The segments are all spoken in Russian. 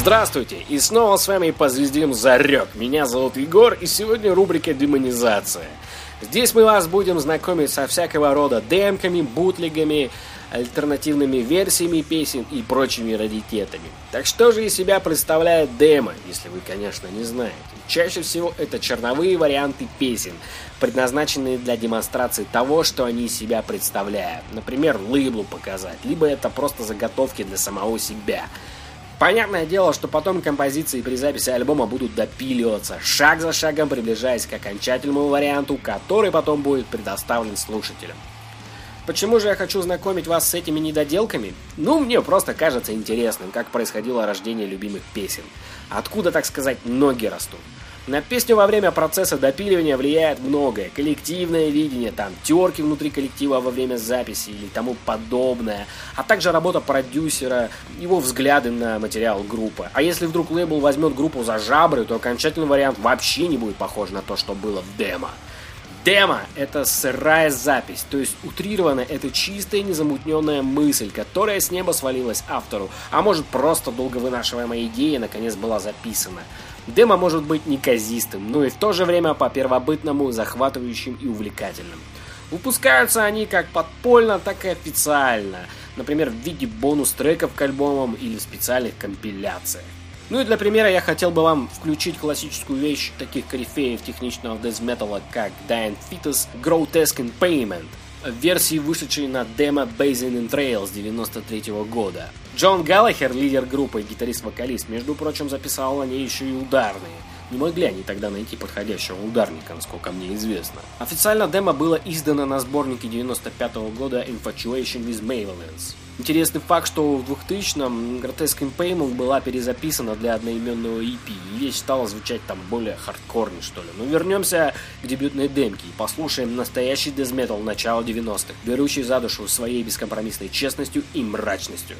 Здравствуйте, и снова с вами Позвездим Зарек. Меня зовут Егор, и сегодня рубрика «Демонизация». Здесь мы вас будем знакомить со всякого рода демками, бутлегами, альтернативными версиями песен и прочими раритетами. Так что же из себя представляет демо, если вы, конечно, не знаете? Чаще всего это черновые варианты песен, предназначенные для демонстрации того, что они из себя представляют. Например, лейблу показать, либо это просто заготовки для самого себя. Понятное дело, что потом композиции при записи альбома будут допиливаться, шаг за шагом приближаясь к окончательному варианту, который потом будет предоставлен слушателям. Почему же я хочу знакомить вас с этими недоделками? Мне просто кажется интересным, как происходило рождение любимых песен. Откуда, так сказать, ноги растут. На песню во время процесса допиливания влияет многое. Коллективное видение, терки внутри коллектива во время записи или тому подобное. А также работа продюсера, его взгляды на материал группы. А если вдруг лейбл возьмет группу за жабры, то окончательный вариант вообще не будет похож на то, что было в демо. Демо – это сырая запись, то есть утрированно это чистая незамутненная мысль, которая с неба свалилась автору, а может просто долго вынашиваемая идея наконец была записана. Демо может быть неказистым, но и в то же время по-первобытному захватывающим и увлекательным. Выпускаются они как подпольно, так и официально, например в виде бонус-треков к альбомам или в специальных компиляциях. И для примера я хотел бы вам включить классическую вещь таких корифеев техничного дэз-металла, как Dying Fetus Grotesque in Payment, в версии, вышедшей на демо Basin in Trails 93 года. Джон Галлахер, лидер группы и гитарист-вокалист, между прочим, записал на ней еще и ударные. Не могли они тогда найти подходящего ударника, насколько мне известно. Официально демо было издано на сборнике 95 года Infatuation with Malevolence. Интересный факт, что в 2000-м Grotesque in Payment была перезаписана для одноименного EP, и вещь стала звучать более хардкорней, что ли. Вернемся к дебютной демке и послушаем настоящий дэз-метал начала 90-х, берущий за душу своей бескомпромиссной честностью и мрачностью.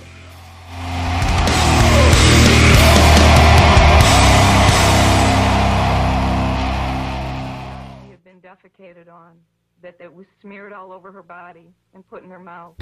Defecated on, that was smeared all over her body and put in her mouth.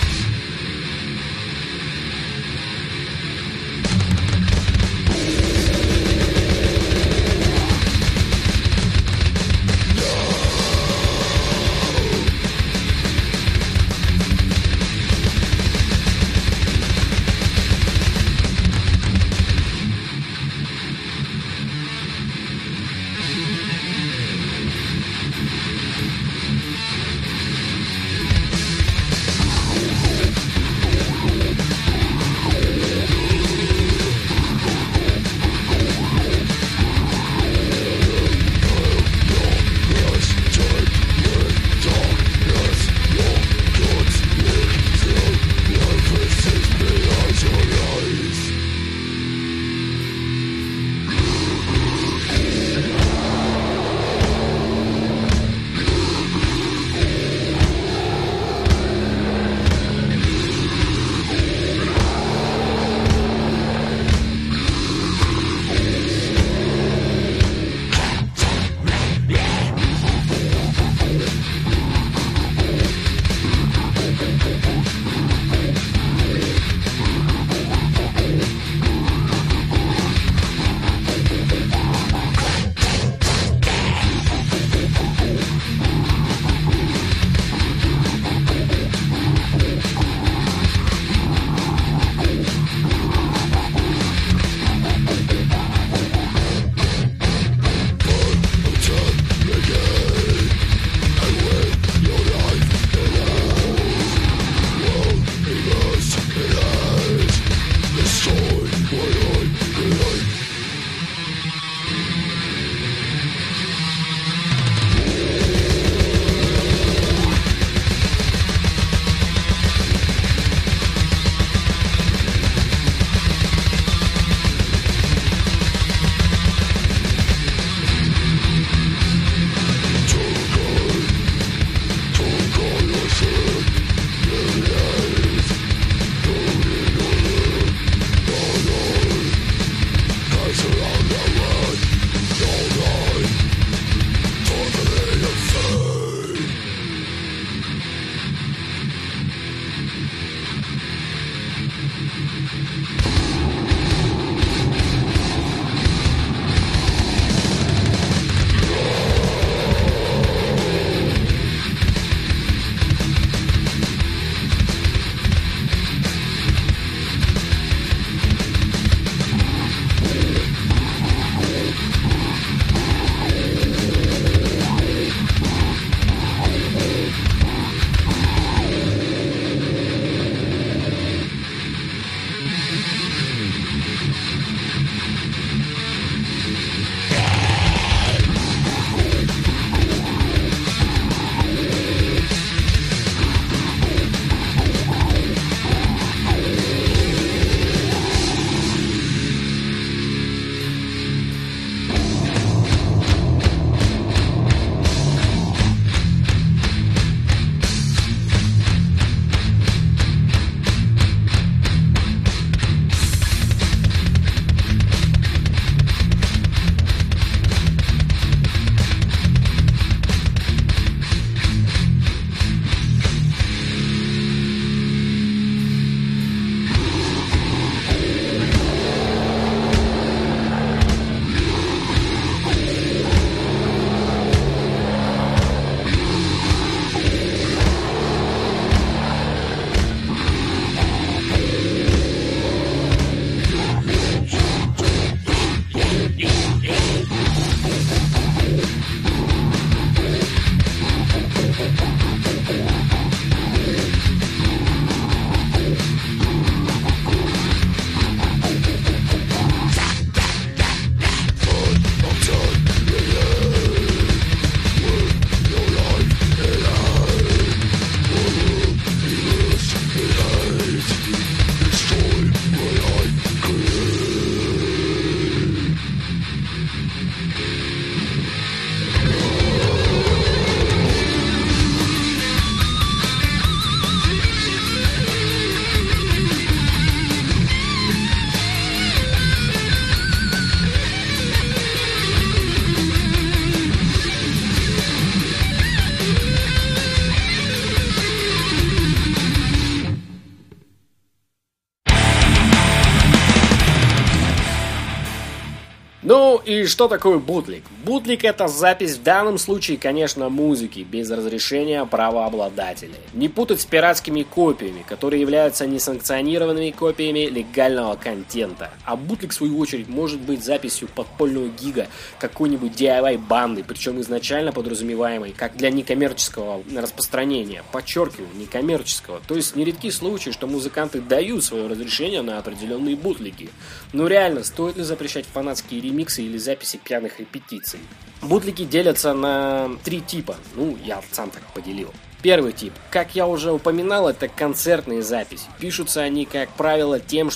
Ну и что такое бутлег? Бутлег — это запись в данном случае, конечно, музыки без разрешения правообладателей. Не путать с пиратскими копиями, которые являются несанкционированными копиями легального контента. А бутлег, в свою очередь, может быть записью подпольного гига какой-нибудь DIY-банды, причем изначально подразумеваемой как для некоммерческого распространения. Подчеркиваю, некоммерческого. То есть нередки случаи, что музыканты дают свое разрешение на определенные бутлеги. Но реально, стоит ли запрещать фанатские ремиксы или записи пьяных репетиций? Бутлеги делятся на 3 типа. Ну, я сам так поделил. Первый тип, как я уже упоминал, это концертные записи. Пишутся они, как правило,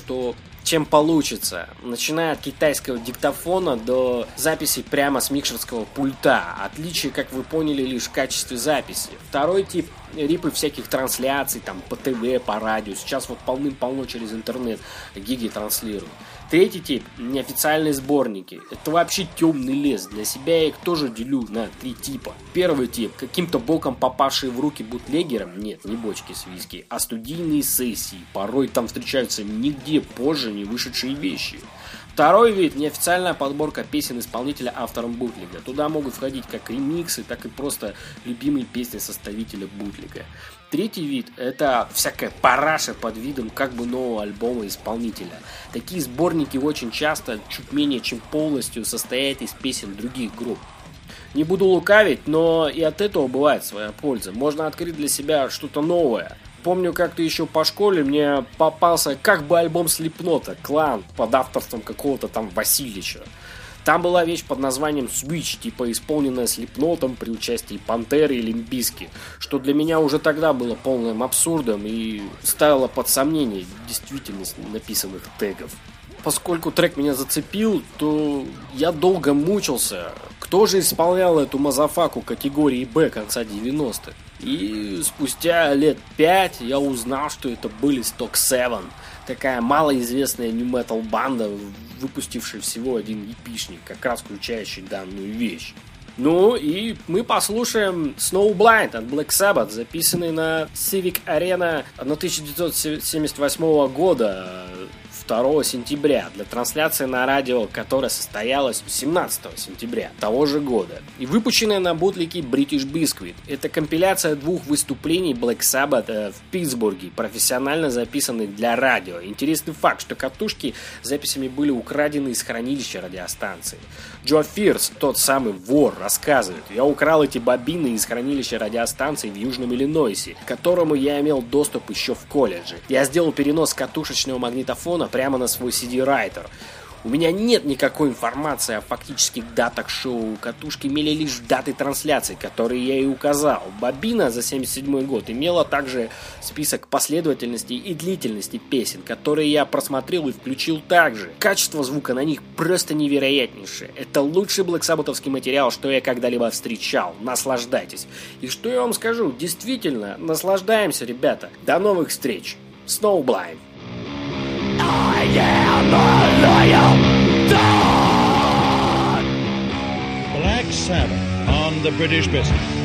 чем получится, начиная от китайского диктофона до записи прямо с микшерского пульта. Отличие, как вы поняли, лишь в качестве записи. Второй тип — рипы всяких трансляций, там, по ТВ, по радио. Сейчас вот полным-полно через интернет гиги транслируют. Третий тип — неофициальные сборники. Это вообще темный лес. Для себя я их тоже делю на 3 типа. Первый тип — каким-то боком попавшие в руки бутлегерам, нет, не бочки с виски, а студийные сессии. Порой там встречаются нигде позже не вышедшие вещи. Второй вид — неофициальная подборка песен исполнителя автором бутлега. Туда могут входить как ремиксы, так и просто любимые песни составителя бутлега. Третий вид — это всякая параша под видом как бы нового альбома исполнителя. Такие сборники очень часто, чуть менее чем полностью, состоят из песен других групп. Не буду лукавить, но и от этого бывает своя польза. Можно открыть для себя что-то новое. Помню, как-то еще по школе мне попался как бы альбом Слипнота «Клан» под авторством какого-то там Васильича. Там была вещь под названием Switch, типа исполненная Слипнотом при участии Пантеры и Лимп Бизкит, что для меня уже тогда было полным абсурдом и ставило под сомнение действительность написанных тегов. Поскольку трек меня зацепил, то я долго мучился, кто же исполнял эту мазафаку категории Б конца 90-х. И спустя лет 5 я узнал, что это были Stock 7, такая малоизвестная нью-метал банда, выпустившая всего один EP-шник, как раз включающий данную вещь. Ну и мы послушаем Snowblind от Black Sabbath, записанный на Civic Arena 1978 года, 2 сентября, для трансляции на радио, которая состоялась 17 сентября того же года. И выпущенная на бутлеге British Biscuit. Это компиляция 2 выступлений Black Sabbath в Питтсбурге, профессионально записанных для радио. Интересный факт, что катушки с записями были украдены из хранилища радиостанции. Джо Фирс, тот самый вор, рассказывает: я украл эти бобины из хранилища радиостанции в Южном Иллинойсе, к которому я имел доступ еще в колледже. Я сделал перенос катушечного магнитофона прямо на свой CD-райтер. У меня нет никакой информации о фактических датах шоу. Катушки имели лишь даты трансляций, которые я и указал. Бобина за 1977 год имела также список последовательности и длительности песен, которые я просмотрел и включил также. Качество звука на них просто невероятнейшее. Это лучший блэксаббатовский материал, что я когда-либо встречал. Наслаждайтесь. И что я вам скажу? Действительно, наслаждаемся, ребята. До новых встреч. Snowblind. I am a loyal dog. Black Sabbath on the British Biscuit.